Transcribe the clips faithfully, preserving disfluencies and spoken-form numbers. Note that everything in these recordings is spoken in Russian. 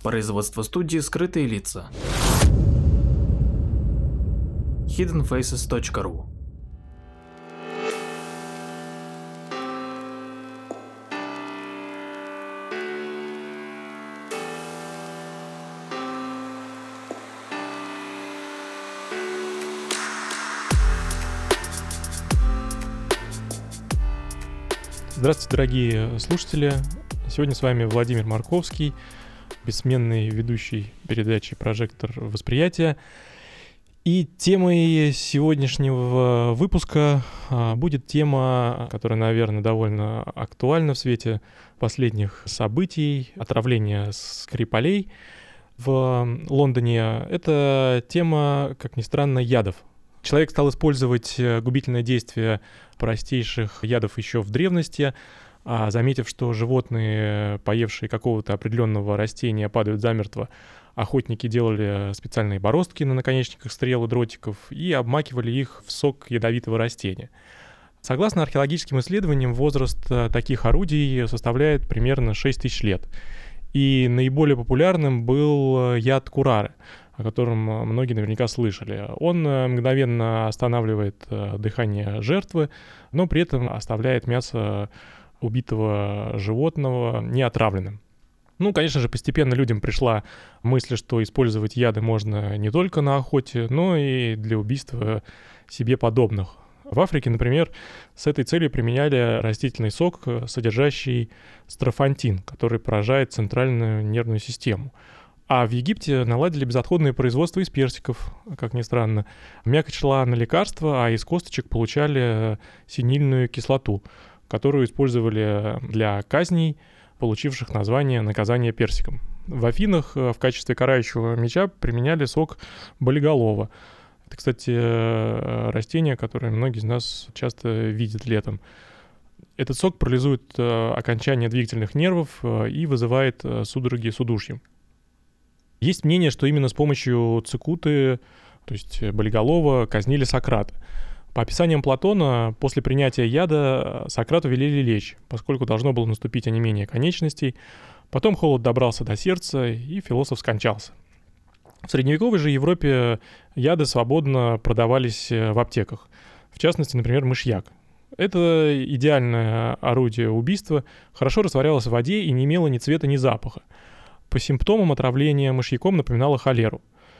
Производство студии «Скрытые лица». хидден фейсес точка ру. Здравствуйте, дорогие слушатели. Сегодня с вами Владимир Марковский, бессменный ведущий передачи «Прожектор восприятия». И темой сегодняшнего выпуска будет тема, которая, наверное, довольно актуальна в свете последних событий, отравления Скрипалей в Лондоне. Это тема, как ни странно, ядов. Человек стал использовать губительное действие простейших ядов еще в древности, а заметив, что животные, поевшие какого-то определенного растения, падают замертво, охотники делали специальные бороздки на наконечниках стрел и дротиков и обмакивали их в сок ядовитого растения. Согласно археологическим исследованиям, возраст таких орудий составляет примерно шесть тысяч лет. И наиболее популярным был яд курары, о котором многие наверняка слышали. Он мгновенно останавливает дыхание жертвы, но при этом оставляет мясо убитого животного неотравленным. Ну, конечно же, постепенно людям пришла мысль, что использовать яды можно не только на охоте, но и для убийства себе подобных. В Африке, например, с этой целью применяли растительный сок, содержащий строфантин, который поражает центральную нервную систему. А в Египте наладили безотходное производство из персиков, как ни странно. Мякоть шла на лекарства, а из косточек получали синильную кислоту, которую использовали для казней, получивших название «наказание персиком». В Афинах в качестве карающего меча применяли сок болиголова. Это, кстати, растение, которое многие из нас часто видят летом. Этот сок парализует окончание двигательных нервов и вызывает судороги с удушьем. Есть мнение, что именно с помощью цикуты, то есть болиголова, казнили Сократа. По описаниям Платона, после принятия яда Сократу велели лечь, поскольку должно было наступить онемение конечностей. Потом холод добрался до сердца, и философ скончался. В средневековой же Европе яды свободно продавались в аптеках. В частности, например, мышьяк. Это идеальное орудие убийства, хорошо растворялось в воде и не имело ни цвета, ни запаха. По симптомам отравления мышьяком напоминало холеру.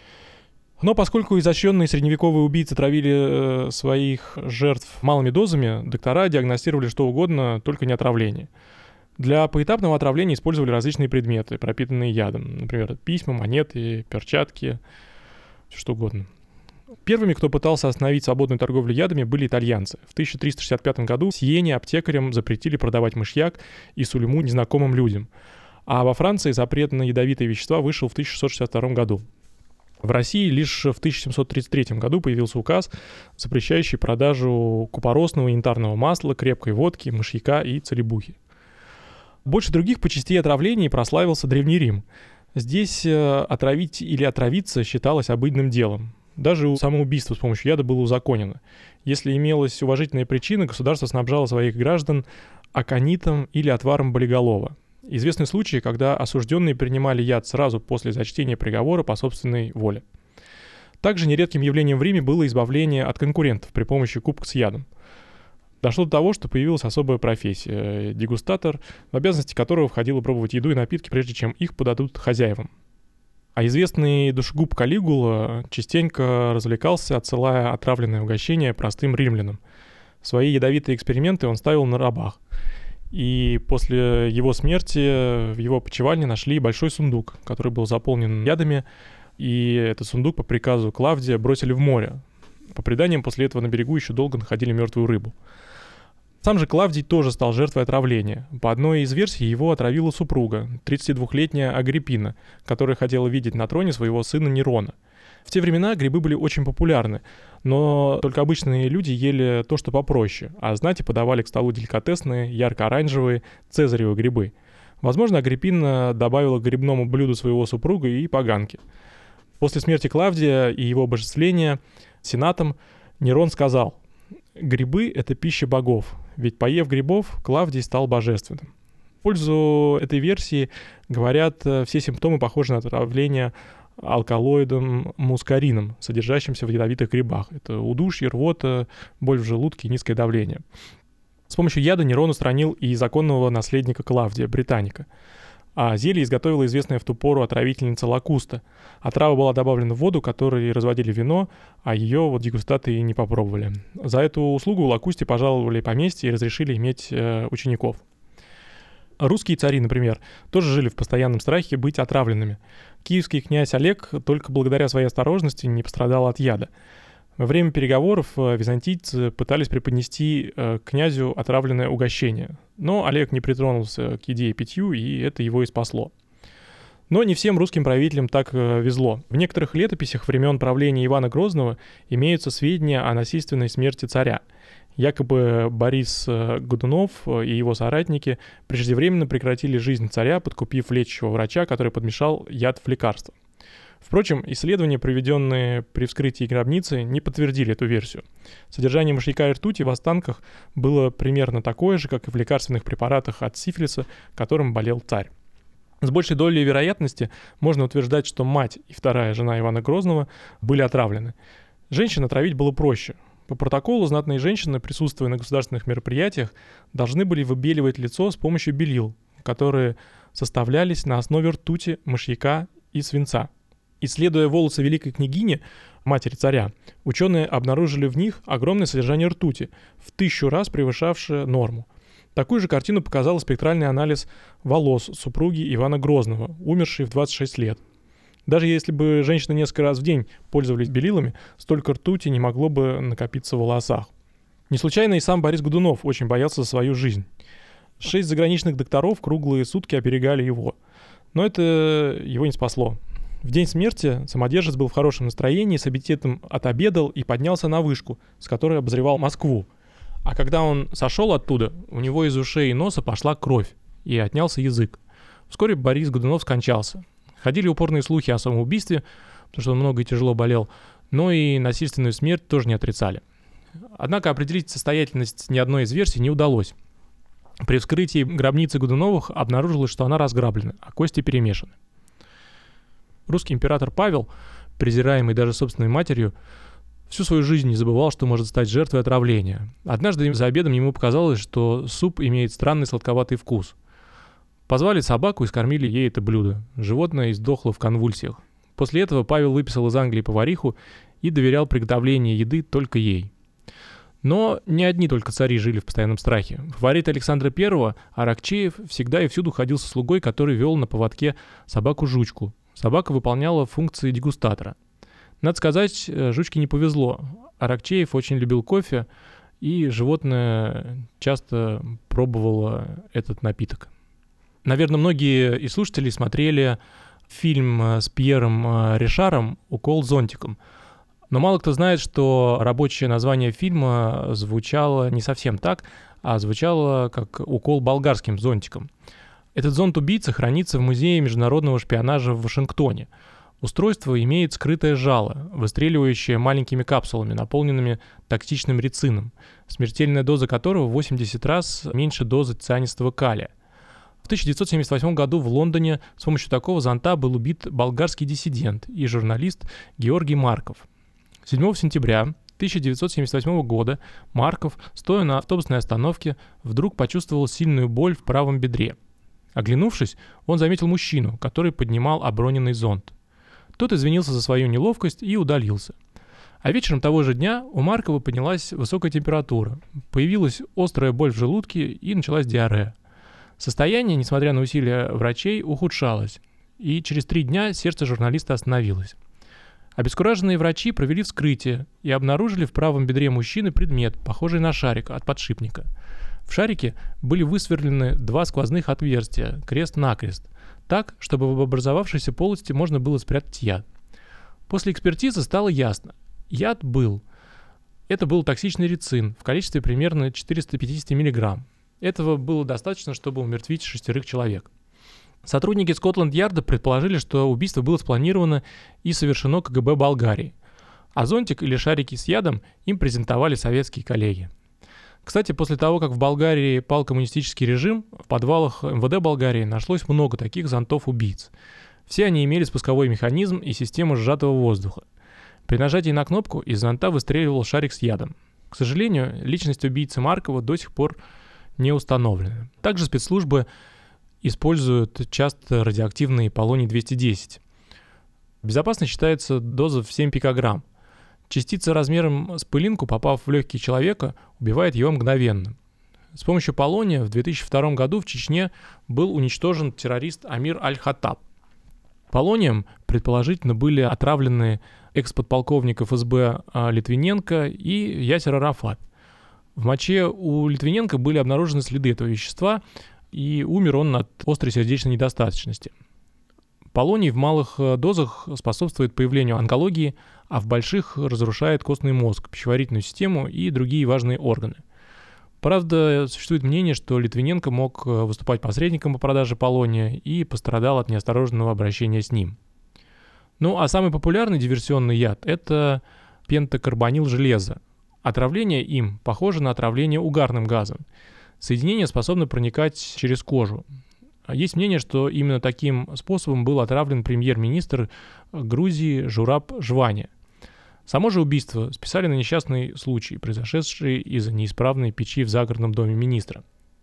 Но поскольку изощренные средневековые убийцы травили своих жертв малыми дозами, доктора диагностировали что угодно, только не отравление. Для поэтапного отравления использовали различные предметы, пропитанные ядом. Например, письма, монеты, перчатки, что угодно. Первыми, кто пытался остановить свободную торговлю ядами, были итальянцы. В тысяча триста шестьдесят пятом году в Сиене аптекарям запретили продавать мышьяк и сульму незнакомым людям. А во Франции запрет на ядовитые вещества вышел в тысяча шестьсот шестьдесят втором году. В России лишь в тысяча семьсот тридцать третьем году появился указ, запрещающий продажу купоросного янтарного масла, крепкой водки, мышьяка и целебухи. Больше других по части отравлений прославился Древний Рим. Здесь отравить или отравиться считалось обыденным делом. Даже самоубийство с помощью яда было узаконено. Если имелась уважительная причина, государство снабжало своих граждан аконитом или отваром болиголова. Известны случаи, когда осужденные принимали яд сразу после зачтения приговора по собственной воле. Также нередким явлением в Риме было избавление от конкурентов при помощи кубка с ядом. Дошло до того, что появилась особая профессия – дегустатор, в обязанности которого входило пробовать еду и напитки, прежде чем их подадут хозяевам. А известный душегуб Калигула частенько развлекался, отсылая отравленное угощение простым римлянам. Свои ядовитые эксперименты он ставил на рабах. И после его смерти в его опочивальне нашли большой сундук, который был заполнен ядами, и этот сундук по приказу Клавдия бросили в море. По преданиям, после этого на берегу еще долго находили мертвую рыбу. Сам же Клавдий тоже стал жертвой отравления. По одной из версий его отравила супруга, тридцатидвухлетняя Агриппина, которая хотела видеть на троне своего сына Нерона. В те времена грибы были очень популярны, но только обычные люди ели то, что попроще, а знати подавали к столу деликатесные, ярко-оранжевые цезаревы грибы. Возможно, Агриппина добавила к грибному блюду своего супруга и поганки. После смерти Клавдия и его обожествления сенатом Нерон сказал: «Грибы — это пища богов, ведь, поев грибов, Клавдий стал божественным». пользу этой версии говорят, все симптомы похожи на отравление алкалоидом мускарином, содержащимся в ядовитых грибах. Это удушье, рвота, боль в желудке и низкое давление. С помощью яда Нерон устранил и законного наследника Клавдия, Британика. А зелье изготовила известная в ту пору отравительница Лакуста. Отрава была добавлена в воду, которой разводили вино, а ее вот дегустаты не попробовали. За эту услугу Лакусте пожаловали поместье и разрешили иметь э, учеников. Русские цари, например, тоже жили в постоянном страхе быть отравленными. Киевский князь Олег только благодаря своей осторожности не пострадал от яда. Во время переговоров византийцы пытались преподнести князю отравленное угощение, но Олег не притронулся к еде и питью, и это его и спасло. Но не всем русским правителям так везло. В некоторых летописях времен правления Ивана Грозного имеются сведения о насильственной смерти царя. Якобы Борис Годунов и его соратники преждевременно прекратили жизнь царя, подкупив лечащего врача, который подмешал яд в лекарство. Впрочем, исследования, проведенные при вскрытии гробницы, не подтвердили эту версию. Содержание мышьяка и ртути в останках было примерно такое же, как и в лекарственных препаратах от сифилиса, которым болел царь. С большей долей вероятности можно утверждать, что мать и вторая жена Ивана Грозного были отравлены. Женщин отравить было проще. По протоколу знатные женщины, присутствуя на государственных мероприятиях, должны были выбеливать лицо с помощью белил, которые составлялись на основе ртути, мышьяка и свинца. Исследуя волосы великой княгини, матери царя, ученые обнаружили в них огромное содержание ртути, в тысячу раз превышавшее норму. Такую же картину показал спектральный анализ волос супруги Ивана Грозного, умершей в двадцать шесть лет. Даже если бы женщины несколько раз в день пользовались белилами, столько ртути не могло бы накопиться в волосах. Не случайно и сам Борис Годунов очень боялся за свою жизнь. Шесть заграничных докторов круглые сутки оберегали его. Но это его не спасло. В день смерти самодержец был в хорошем настроении, с аппетитом отобедал и поднялся на вышку, с которой обозревал Москву. А когда он сошел оттуда, у него из ушей и носа пошла кровь, и отнялся язык. Вскоре Борис Годунов скончался. Ходили упорные слухи о самоубийстве, потому что он много и тяжело болел, но и насильственную смерть тоже не отрицали. Однако определить состоятельность ни одной из версий не удалось. При вскрытии гробницы Годуновых обнаружилось, что она разграблена, а кости перемешаны. Русский император Павел, презираемый даже собственной матерью, всю свою жизнь не забывал, что может стать жертвой отравления. Однажды за обедом ему показалось, что суп имеет странный сладковатый вкус. Позвали собаку и скормили ей это блюдо. Животное издохло в конвульсиях. После этого Павел выписал из Англии повариху и доверял приготовление еды только ей. Но не одни только цари жили в постоянном страхе. Фаворит Александра Первого, Аракчеев, всегда и всюду ходил со слугой, который вел на поводке собаку-жучку. Собака выполняла функции дегустатора. Надо сказать, жучке не повезло. Аракчеев очень любил кофе, и животное часто пробовало этот напиток. Наверное, многие из слушателей смотрели фильм с Пьером Ришаром «Укол зонтиком». Но мало кто знает, что рабочее название фильма звучало не совсем так, а звучало как «Укол болгарским зонтиком». Этот зонт-убийца хранится в Музее международного шпионажа в Вашингтоне. Устройство имеет скрытое жало, выстреливающее маленькими капсулами, наполненными токсичным рицином, смертельная доза которого в восемьдесят раз меньше дозы цианистого калия. В тысяча девятьсот семьдесят восьмом году в Лондоне с помощью такого зонта был убит болгарский диссидент и журналист Георгий Марков. седьмого сентября тысяча девятьсот семьдесят восьмого года Марков, стоя на автобусной остановке, вдруг почувствовал сильную боль в правом бедре. Оглянувшись, он заметил мужчину, который поднимал оброненный зонт. Тот извинился за свою неловкость и удалился. А вечером того же дня у Маркова поднялась высокая температура, появилась острая боль в желудке и началась диарея. Состояние, несмотря на усилия врачей, ухудшалось, и через три дня сердце журналиста остановилось. Обескураженные врачи провели вскрытие и обнаружили в правом бедре мужчины предмет, похожий на шарик от подшипника. В шарике были высверлены два сквозных отверстия, крест-накрест, так, чтобы в образовавшейся полости можно было спрятать яд. После экспертизы стало ясно. Яд был. Это был токсичный рицин в количестве примерно четыреста пятьдесят миллиграмм. Этого было достаточно, чтобы умертвить шестерых человек. Сотрудники Скотланд-Ярда предположили, что убийство было спланировано и совершено КГБ Болгарии, а зонтик или шарики с ядом им презентовали советские коллеги. Кстати, после того, как в Болгарии пал коммунистический режим, в подвалах эм вэ дэ Болгарии нашлось много таких зонтов-убийц. Все они имели спусковой механизм и систему сжатого воздуха. При нажатии на кнопку из зонта выстреливал шарик с ядом. К сожалению, личность убийцы Маркова до сих пор не установлена. Также спецслужбы используют часто радиоактивный полоний двести десять. Безопасной считается доза в семь пикограмм. Частица размером с пылинку, попав в легкие человека, убивает его мгновенно. С помощью полония в две тысячи втором году в Чечне был уничтожен террорист Амир Аль-Хаттаб. Полонием, предположительно, были отравлены экс-подполковник эф эс бэ Литвиненко и Ясер Арафат. В моче у Литвиненко были обнаружены следы этого вещества, и умер он от острой сердечной недостаточности. Полоний в малых дозах способствует появлению онкологии, а в больших разрушает костный мозг, пищеварительную систему и другие важные органы. Правда, существует мнение, что Литвиненко мог выступать посредником по продаже полония и пострадал от неосторожного обращения с ним. Ну а самый популярный диверсионный яд – это пентакарбонил железа. Отравление им похоже на отравление угарным газом. Соединение способно проникать через кожу. Есть мнение, что именно таким способом был отравлен премьер-министр Грузии Жураб Жваня. Само же убийство списали на несчастный случай, произошедший из-за неисправной печи в загородном доме министра.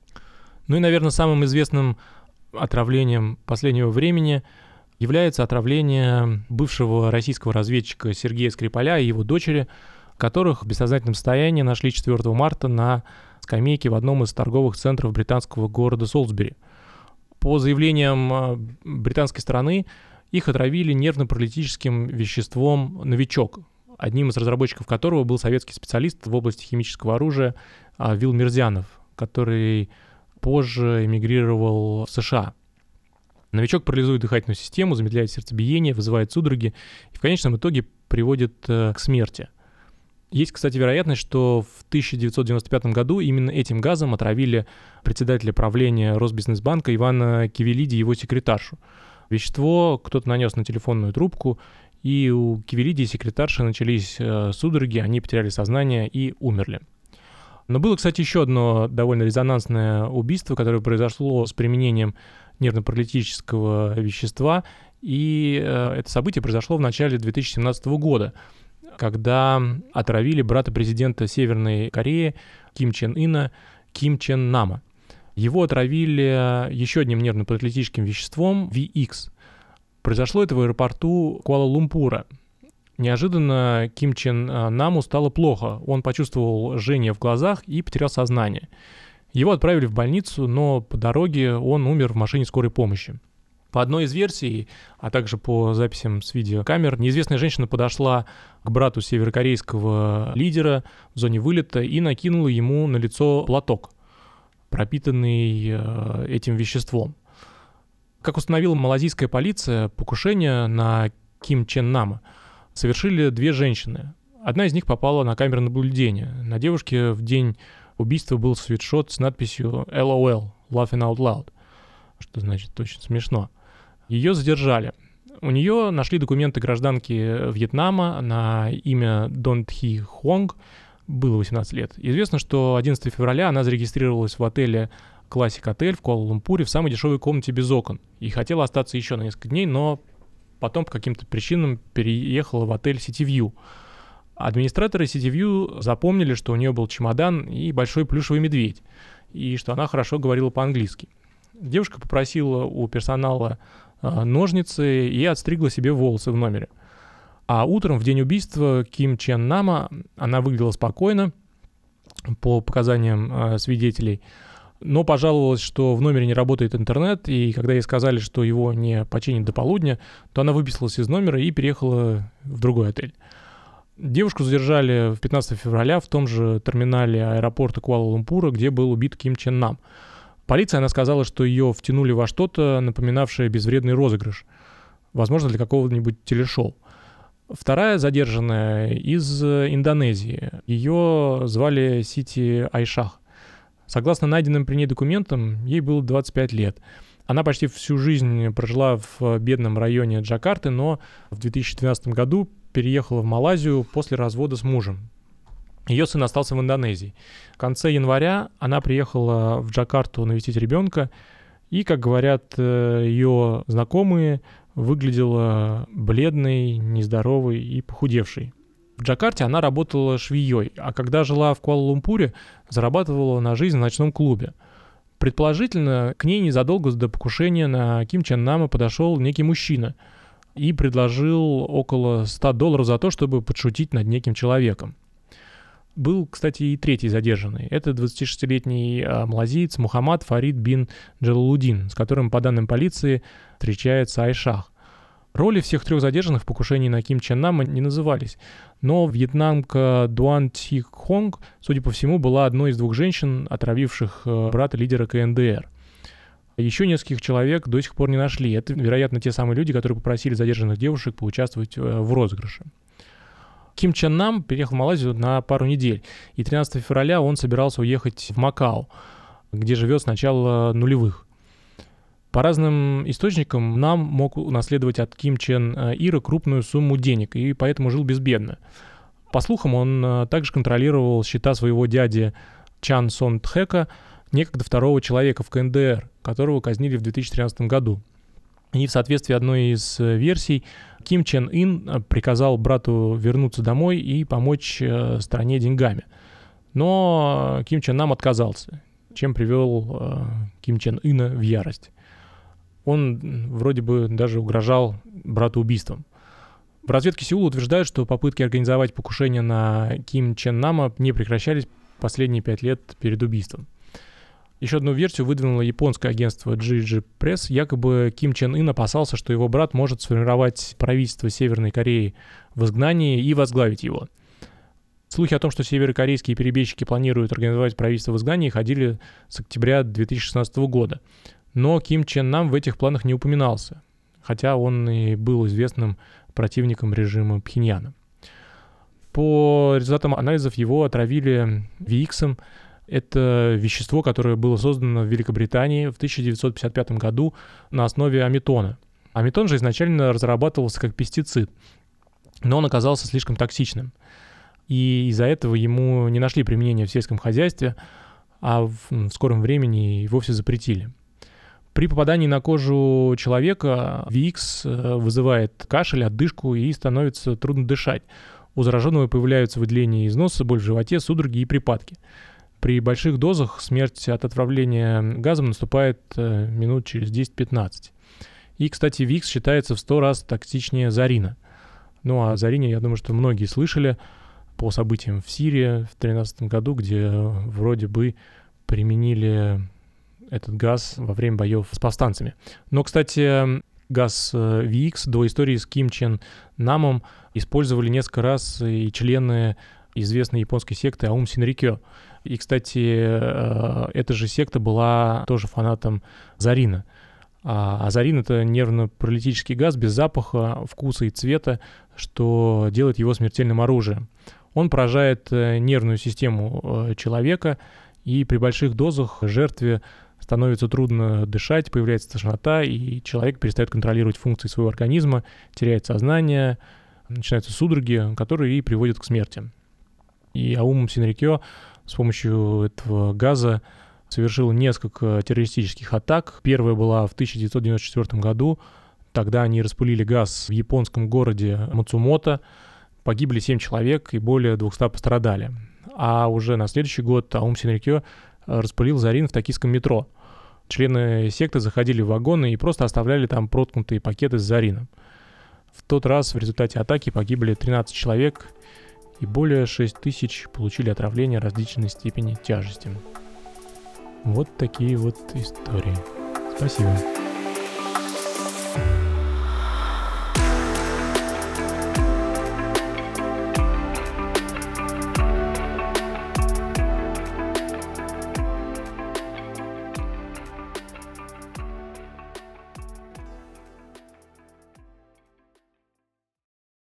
Ну и, наверное, самым известным отравлением последнего времени является отравление бывшего российского разведчика Сергея Скрипаля и его дочери, которых в бессознательном состоянии нашли четвёртого марта на скамейке в одном из торговых центров британского города Солсбери. По заявлениям британской стороны, их отравили нервно-паралитическим веществом «Новичок», одним из разработчиков которого был советский специалист в области химического оружия Вил Мирзянов, который позже эмигрировал в США. «Новичок» парализует дыхательную систему, замедляет сердцебиение, вызывает судороги и в конечном итоге приводит к смерти. Есть, кстати, вероятность, что в тысяча девятьсот девяносто пятом году именно этим газом отравили председателя правления Росбизнесбанка Ивана Кивелиди и его секретаршу. Вещество кто-то нанес на телефонную трубку, и у Кивелиди и секретарши начались э, судороги, они потеряли сознание и умерли. Но было, кстати, еще одно довольно резонансное убийство, которое произошло с применением нервно-паралитического вещества, и э, это событие произошло в начале две тысячи семнадцатого года, когда отравили брата президента Северной Кореи Ким Чен Ына Ким Чен Нама. Его отравили еще одним нервно-паралитическим веществом ви икс. Произошло это в аэропорту Куала-Лумпура. Неожиданно Ким Чен Наму стало плохо. Он почувствовал жжение в глазах и потерял сознание. Его отправили в больницу, но по дороге он умер в машине скорой помощи. По одной из версий, а также по записям с видеокамер, неизвестная женщина подошла к брату северокорейского лидера в зоне вылета и накинула ему на лицо платок, пропитанный э, этим веществом. Как установила малазийская полиция, покушение на Ким Чен Нама совершили две женщины. Одна из них попала на камеру наблюдения. На девушке в день убийства был свитшот с надписью эл о эл, laughing out loud, что значит очень смешно. Ее задержали. У нее нашли документы гражданки Вьетнама на имя Дон Тхи Хонг, было восемнадцать лет. Известно, что одиннадцатого февраля она зарегистрировалась в отеле Classic Hotel в Куала-Лумпуре в самой дешевой комнате без окон и хотела остаться еще на несколько дней, но потом по каким-то причинам переехала в отель City View. Администраторы City View запомнили, что у нее был чемодан и большой плюшевый медведь, и что она хорошо говорила по-английски. Девушка попросила у персонала э, ножницы и отстригла себе волосы в номере. А утром, в день убийства Ким Чен Нама, она выглядела спокойно, по показаниям э, свидетелей, но пожаловалась, что в номере не работает интернет, и когда ей сказали, что его не починят до полудня, то она выписалась из номера и переехала в другой отель. Девушку задержали пятнадцатого февраля в том же терминале аэропорта Куала-Лумпура, где был убит Ким Чен Нам. Полиция, она сказала, что ее втянули во что-то, напоминавшее безвредный розыгрыш, возможно, для какого-нибудь телешоу. Вторая задержанная из Индонезии. Ее звали Сити Айшах. Согласно найденным при ней документам, ей было двадцать пять лет. Она почти всю жизнь прожила в бедном районе Джакарты, но в две тысячи двенадцатом году переехала в Малайзию после развода с мужем. Ее сын остался в Индонезии. В конце января она приехала в Джакарту навестить ребенка, и, как говорят ее знакомые, выглядела бледной, нездоровой и похудевшей. В Джакарте она работала швеей, а когда жила в Куала-Лумпуре, зарабатывала на жизнь в ночном клубе. Предположительно, к ней незадолго до покушения на Ким Чен Нама подошел некий мужчина и предложил около ста долларов за то, чтобы подшутить над неким человеком. Был, кстати, и третий задержанный. Это двадцатишестилетний малазиец Мухаммад Фарид бин Джалалудин, с которым, по данным полиции, встречается Айшах. Роли всех трех задержанных в покушении на Ким Чен Нама не назывались, но вьетнамка Дуан Тхи Хонг, судя по всему, была одной из двух женщин, отравивших брата лидера ка эн дэ эр. Еще нескольких человек до сих пор не нашли. Это, вероятно, те самые люди, которые попросили задержанных девушек поучаствовать в розыгрыше. Ким Чен Нам переехал в Малайзию на пару недель, и тринадцатого февраля он собирался уехать в Макао, где живет с начала нулевых. По разным источникам Нам мог унаследовать от Ким Чен Ира крупную сумму денег, и поэтому жил безбедно. По слухам, он также контролировал счета своего дяди Чан Сон Тхэка, некогда второго человека в ка эн дэ эр, которого казнили в две тысячи тринадцатом году. И в соответствии одной из версий, Ким Чен Ын приказал брату вернуться домой и помочь стране деньгами. Но Ким Чен Нам отказался, чем привел Ким Чен Ына в ярость. Он вроде бы даже угрожал брату убийством. В разведке Сеула утверждают, что попытки организовать покушение на Ким Чен Нама не прекращались последние пять лет перед убийством. Еще одну версию выдвинуло японское агентство джи джи Press. Якобы Ким Чен Ын опасался, что его брат может сформировать правительство Северной Кореи в изгнании и возглавить его. Слухи о том, что северокорейские перебежчики планируют организовать правительство в изгнании, ходили с октября две тысячи шестнадцатого года. Но Ким Чен Нам в этих планах не упоминался, хотя он и был известным противником режима Пхеньяна. По результатам анализов его отравили ви иксом. Это вещество, которое было создано в Великобритании в тысяча девятьсот пятьдесят пятом году на основе аметона. Аметон же изначально разрабатывался как пестицид, но он оказался слишком токсичным. И из-за этого ему не нашли применения в сельском хозяйстве, а в скором времени и вовсе запретили. При попадании на кожу человека ви икс вызывает кашель, одышку и становится трудно дышать. У зараженного появляются выделения из носа, боль в животе, судороги и припадки. При больших дозах смерть от отравления газом наступает э, минут через десять-пятнадцать. И, кстати, ви икс считается в сто раз токсичнее зарина. Ну, а о зарине, я думаю, что многие слышали по событиям в Сирии в две тысячи тринадцатом году, где вроде бы применили этот газ во время боев с повстанцами. Но, кстати, газ ви икс до истории с Ким Чен Намом использовали несколько раз и члены известной японской секты Аум Синрикё. И, кстати, эта же секта была тоже фанатом зарина. А зарин — это нервно-паралитический газ без запаха, вкуса и цвета, что делает его смертельным оружием. Он поражает нервную систему человека, и при больших дозах жертве становится трудно дышать, появляется тошнота, и человек перестает контролировать функции своего организма, теряет сознание, начинаются судороги, которые и приводят к смерти. И Аум Синрикё с помощью этого газа совершил несколько террористических атак. Первая была в тысяча девятьсот девяносто четвёртом году. Тогда они распылили газ в японском городе Мацумото. Погибли семь человек и более двухсот пострадали. А уже на следующий год Аум Синрикё распылил зарин в токийском метро. Члены секты заходили в вагоны и просто оставляли там проткнутые пакеты с зарином. В тот раз в результате атаки погибли тринадцать человек, и более шесть тысяч получили отравление различной степени тяжести. Вот такие вот истории. Спасибо.